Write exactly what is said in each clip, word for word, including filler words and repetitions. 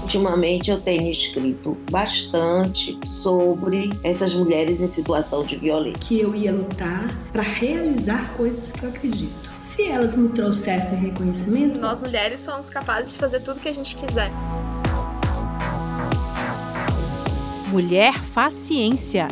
Ultimamente eu tenho escrito bastante sobre essas mulheres em situação de violência. Que eu ia lutar para realizar coisas que eu acredito. Se elas me trouxessem reconhecimento... Nós mulheres somos capazes de fazer tudo que a gente quiser. Mulher faz ciência.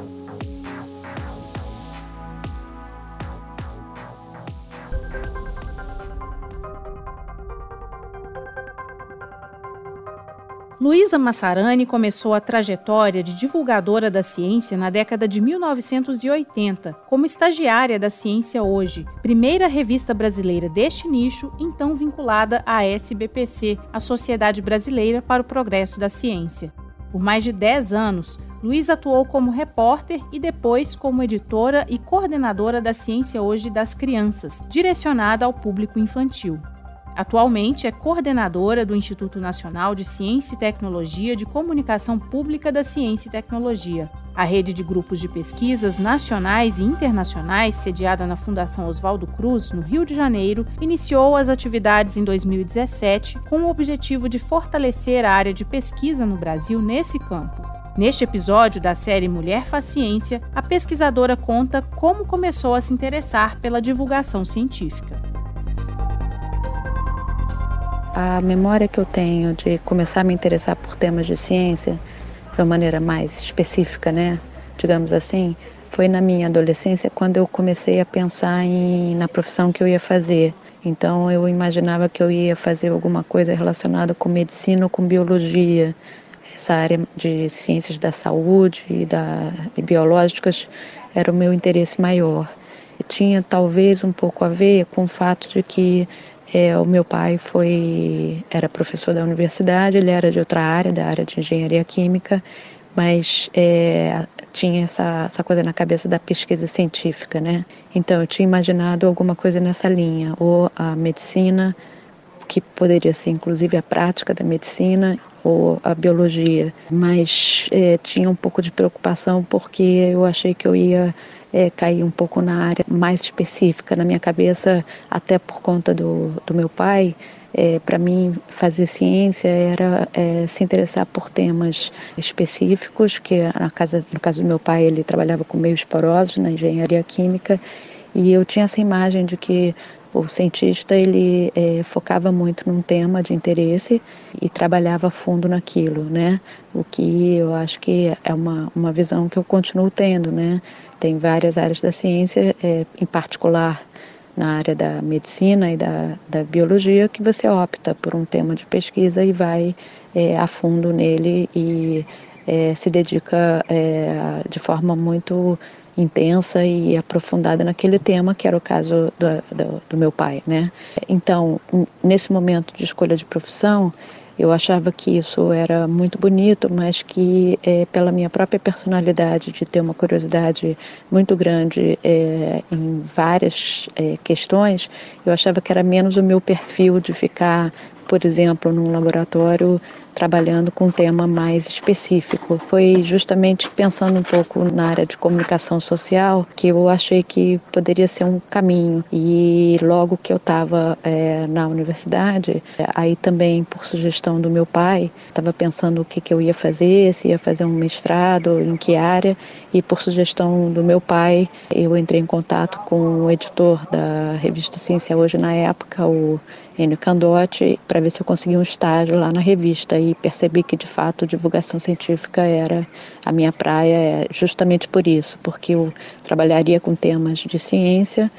Luísa Massarani começou a trajetória de divulgadora da ciência na década de mil novecentos e oitenta, como estagiária da Ciência Hoje, primeira revista brasileira deste nicho, então vinculada à S B P C, a Sociedade Brasileira para o Progresso da Ciência. Por mais de dez anos, Luísa atuou como repórter e depois como editora e coordenadora da Ciência Hoje das Crianças, direcionada ao público infantil. Atualmente é coordenadora do Instituto Nacional de Ciência e Tecnologia de Comunicação Pública da Ciência e Tecnologia. A rede de grupos de pesquisas nacionais e internacionais, sediada na Fundação Oswaldo Cruz, no Rio de Janeiro, iniciou as atividades em dois mil e dezessete com o objetivo de fortalecer a área de pesquisa no Brasil nesse campo. Neste episódio da série Mulher faz Ciência, a pesquisadora conta como começou a se interessar pela divulgação científica. A memória que eu tenho de começar a me interessar por temas de ciência, de uma maneira mais específica, né, digamos assim, foi na minha adolescência, quando eu comecei a pensar em, na profissão que eu ia fazer. Então eu imaginava que eu ia fazer alguma coisa relacionada com medicina ou com biologia. Essa área de ciências da saúde e, da, e biológicas era o meu interesse maior. E tinha talvez um pouco a ver com o fato de que É, o meu pai foi, era professor da universidade, ele era de outra área, da área de engenharia química, mas é, tinha essa, essa coisa na cabeça da pesquisa científica, né? Então eu tinha imaginado alguma coisa nessa linha, ou a medicina, que poderia ser inclusive a prática da medicina, ou a biologia, mas é, tinha um pouco de preocupação porque eu achei que eu ia é, cair um pouco na área mais específica. Na minha cabeça, até por conta do, do meu pai, é, para mim fazer ciência era é, se interessar por temas específicos, que na casa, no caso do meu pai ele trabalhava com meios porosos na engenharia química, e eu tinha essa imagem de que o cientista ele é, focava muito num tema de interesse e trabalhava a fundo naquilo, né? O que eu acho que é uma, uma visão que eu continuo tendo, né? Tem várias áreas da ciência, é, em particular na área da medicina e da, da biologia, que você opta por um tema de pesquisa e vai é, a fundo nele e é, se dedica é, de forma muito intensa e aprofundada naquele tema, que era o caso do, do, do meu pai, né? Então, nesse momento de escolha de profissão, eu achava que isso era muito bonito, mas que é, pela minha própria personalidade, de ter uma curiosidade muito grande é, em várias é, questões, eu achava que era menos o meu perfil de ficar, por exemplo, num laboratório trabalhando com um tema mais específico. Foi justamente pensando um pouco na área de comunicação social que eu achei que poderia ser um caminho. E logo que eu estava é, na universidade, aí também por sugestão do meu pai, estava pensando o que, que eu ia fazer, se ia fazer um mestrado, em que área, e por sugestão do meu pai, eu entrei em contato com o editor da revista Ciência Hoje na época, o Enio Candotti, para ver se eu conseguia um estágio lá na revista, e percebi que de fato divulgação científica era a minha praia, justamente por isso, porque eu trabalharia com temas de ciência,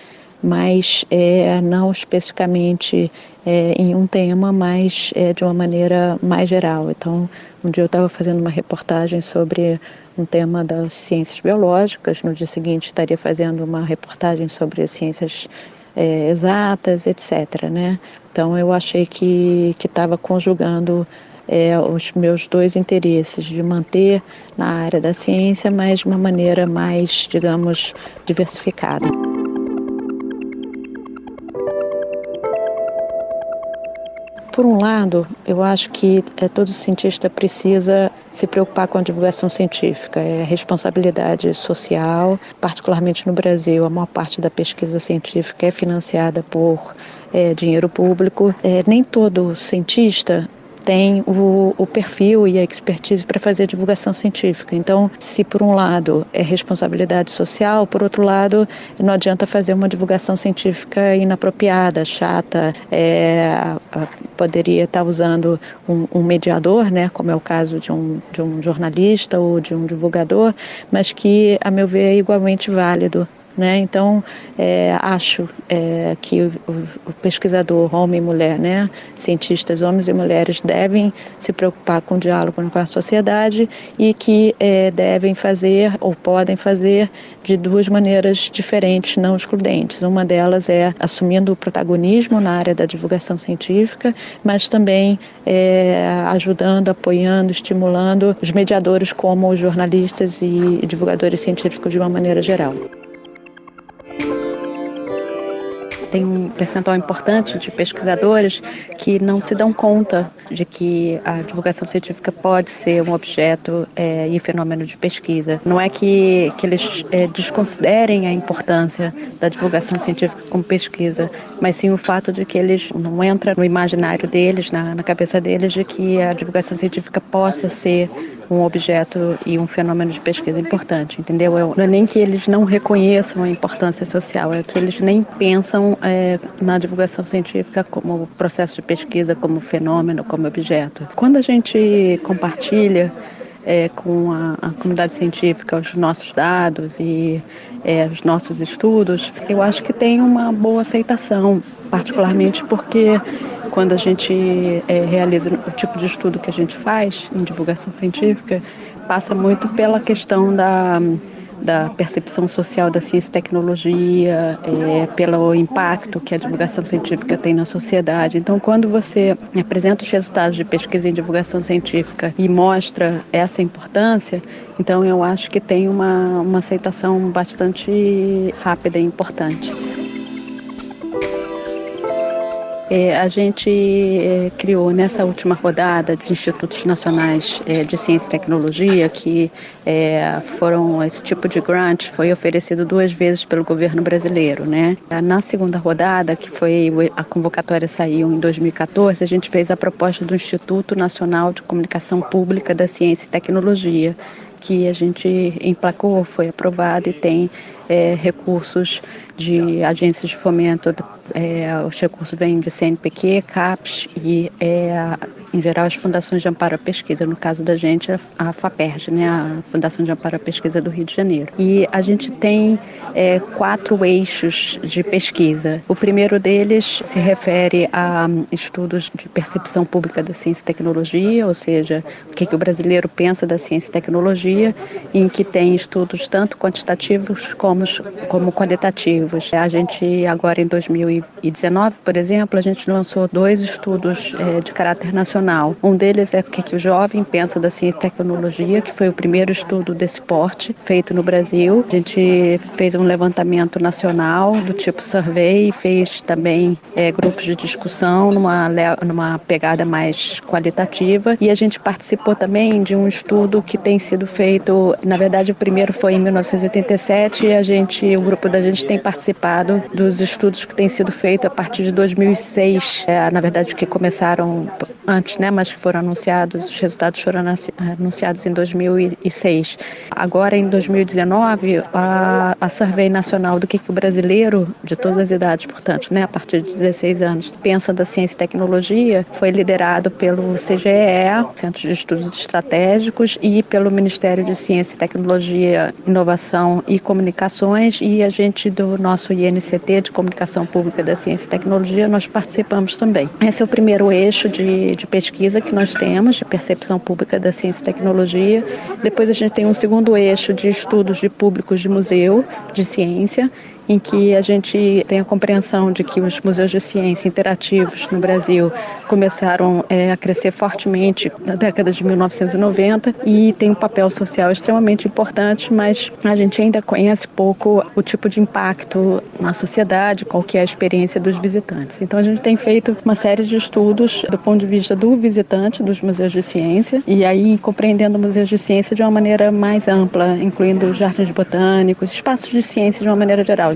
mas é, não especificamente é, em um tema, mas é, de uma maneira mais geral. Então, um dia eu estava fazendo uma reportagem sobre um tema das ciências biológicas, no dia seguinte estaria fazendo uma reportagem sobre as ciências é, exatas, etcétera, né? Então eu achei que que estava conjugando é, os meus dois interesses de manter na área da ciência, mas de uma maneira mais, digamos, diversificada. Por um lado, eu acho que é, todo cientista precisa se preocupar com a divulgação científica. É responsabilidade social, particularmente no Brasil. A maior parte da pesquisa científica é financiada por é, dinheiro público. É, nem todo cientista tem o, o perfil e a expertise para fazer divulgação científica. Então, se por um lado é responsabilidade social, por outro lado, não adianta fazer uma divulgação científica inapropriada, chata, é, poderia estar usando um, um mediador, né, como é o caso de um, de um jornalista ou de um divulgador, mas que, a meu ver, é igualmente válido. Né? Então, é, acho é, que o, o pesquisador, homem e mulher, né? Cientistas, homens e mulheres, devem se preocupar com o diálogo com a sociedade e que é, devem fazer ou podem fazer de duas maneiras diferentes, não excludentes. Uma delas é assumindo o protagonismo na área da divulgação científica, mas também é, ajudando, apoiando, estimulando os mediadores como os jornalistas e divulgadores científicos de uma maneira geral. Tem um percentual importante de pesquisadores que não se dão conta de que a divulgação científica pode ser um objeto é, e fenômeno de pesquisa. Não é que, que eles é, desconsiderem a importância da divulgação científica como pesquisa, mas sim o fato de que eles não entra no imaginário deles, na, na cabeça deles, de que a divulgação científica possa ser um objeto e um fenômeno de pesquisa importante, entendeu? Não é nem que eles não reconheçam a importância social, é que eles nem pensam é, na divulgação científica como processo de pesquisa, como fenômeno, como objeto. Quando a gente compartilha é, com a, a comunidade científica os nossos dados e é, os nossos estudos, eu acho que tem uma boa aceitação, particularmente porque quando a gente é, realiza o tipo de estudo que a gente faz em divulgação científica, passa muito pela questão da, da percepção social da ciência e tecnologia, é, pelo impacto que a divulgação científica tem na sociedade. Então, quando você apresenta os resultados de pesquisa em divulgação científica e mostra essa importância, então eu acho que tem uma, uma aceitação bastante rápida e importante. É, a gente é, criou nessa última rodada de Institutos Nacionais é, de Ciência e Tecnologia, que é, foram esse tipo de grant, foi oferecido duas vezes pelo governo brasileiro, né? Na segunda rodada, que foi a convocatória saiu em dois mil e quatorze, a gente fez a proposta do Instituto Nacional de Comunicação Pública da Ciência e Tecnologia, que a gente emplacou, foi aprovado e tem é, recursos de agências de fomento, é, os recursos vêm de C N P Q, CAPES e, é, em geral, as fundações de amparo à pesquisa. No caso da gente, a FAPERJ, né, a Fundação de Amparo à Pesquisa do Rio de Janeiro. E a gente tem é, quatro eixos de pesquisa. O primeiro deles se refere a estudos de percepção pública da ciência e tecnologia, ou seja, o que, que o brasileiro pensa da ciência e tecnologia, em que tem estudos tanto quantitativos como, como qualitativos. A gente, agora em dois mil e dezenove, por exemplo, a gente lançou dois estudos é, de caráter nacional. Um deles é o que, que o jovem pensa da ciência e tecnologia, que foi o primeiro estudo desse porte feito no Brasil. A gente fez um levantamento nacional do tipo survey, fez também é, grupos de discussão numa, numa pegada mais qualitativa, e a gente participou também de um estudo que tem sido feito, na verdade o primeiro foi em mil novecentos e oitenta e sete, e a gente, o grupo da gente tem participado dos estudos que têm sido feitos a partir de dois mil e seis, é, na verdade que começaram antes, né, mas que foram anunciados, os resultados foram anunciados em dois mil e seis. Agora, em dois mil e dezenove, a, a Survey Nacional do que, que o brasileiro, de todas as idades, portanto, né, a partir de dezesseis anos, pensa da ciência e tecnologia, foi liderado pelo C G E, Centro de Estudos Estratégicos, e pelo Ministério de Ciência e Tecnologia, Inovação e Comunicações, e a gente do nosso I N C T, de Comunicação Pública da Ciência e Tecnologia, nós participamos também. Esse é o primeiro eixo de, de pesquisa que nós temos, de percepção pública da ciência e tecnologia. Depois a gente tem um segundo eixo de estudos de públicos de museu, de ciência, em que a gente tem a compreensão de que os museus de ciência interativos no Brasil começaram é, a crescer fortemente na década de mil novecentos e noventa e tem um papel social extremamente importante, mas a gente ainda conhece pouco o tipo de impacto na sociedade, qual que é a experiência dos visitantes. Então a gente tem feito uma série de estudos do ponto de vista do visitante dos museus de ciência, e aí compreendendo museus de ciência de uma maneira mais ampla, incluindo jardins botânicos, espaços de ciência de uma maneira geral.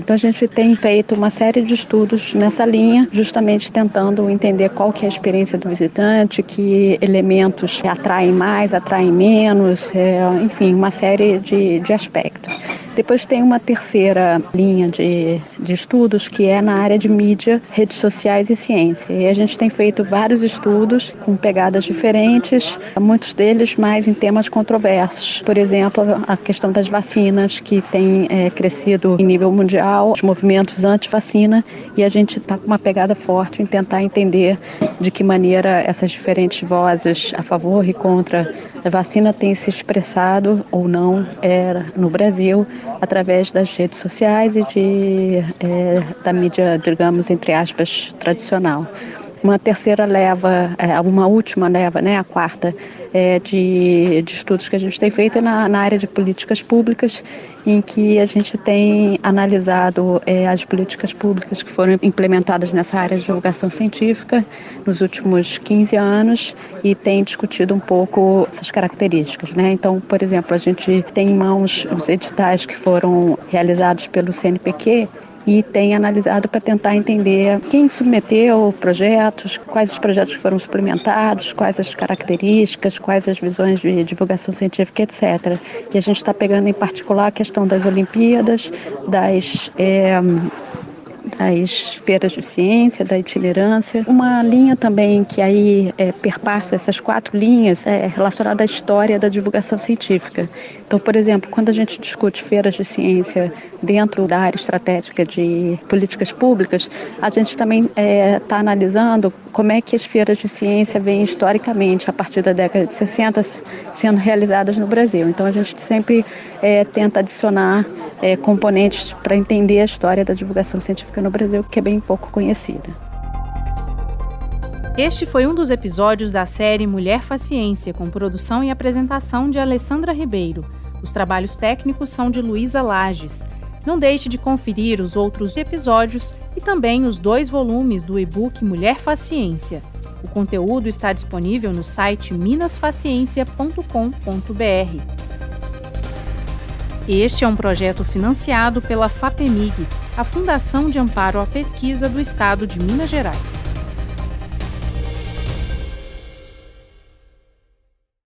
Então a gente tem feito uma série de estudos nessa linha, justamente tentando entender qual que é a experiência do visitante, que elementos atraem mais, atraem menos, é, enfim, uma série de, de aspectos. Depois tem uma terceira linha de, de estudos que é na área de mídia, redes sociais e ciência. E a gente tem feito vários estudos com pegadas diferentes, muitos deles mais em temas controversos. Por exemplo, a questão das vacinas, que tem é, crescido em nível mundial, os movimentos anti-vacina, e a gente está com uma pegada forte em tentar entender de que maneira essas diferentes vozes a favor e contra a vacina têm se expressado ou não é, no Brasil, através das redes sociais e de, é, da mídia, digamos, entre aspas, tradicional. Uma terceira leva, é, uma última leva, né, a quarta, é, de, de estudos que a gente tem feito na, na área de políticas públicas, em que a gente tem analisado é, as políticas públicas que foram implementadas nessa área de divulgação científica nos últimos quinze anos e tem discutido um pouco essas características, né? Então, por exemplo, a gente tem em mãos os editais que foram realizados pelo C N P Q e tem analisado para tentar entender quem submeteu projetos, quais os projetos que foram suplementados, quais as características, quais as visões de divulgação científica, etcétera. E a gente está pegando em particular a questão das Olimpíadas, das... É, das feiras de ciência, da itinerância. Uma linha também que aí é, perpassa essas quatro linhas é relacionada à história da divulgação científica. Então, por exemplo, quando a gente discute feiras de ciência dentro da área estratégica de políticas públicas, a gente também está é, analisando como é que as feiras de ciência vêm historicamente, a partir da década de sessenta, sendo realizadas no Brasil. Então, a gente sempre é, tenta adicionar é, componentes para entender a história da divulgação científica no Brasil, que é bem pouco conhecida. Este foi um dos episódios da série Mulher Faz Ciência, com produção e apresentação de Alessandra Ribeiro. Os trabalhos técnicos são de Luísa Lages. Não deixe de conferir os outros episódios e também os dois volumes do e-book Mulher Faz Ciência. O conteúdo está disponível no site minas faz ciência ponto com ponto b r. Este é um projeto financiado pela FAPEMIG, a Fundação de Amparo à Pesquisa do Estado de Minas Gerais.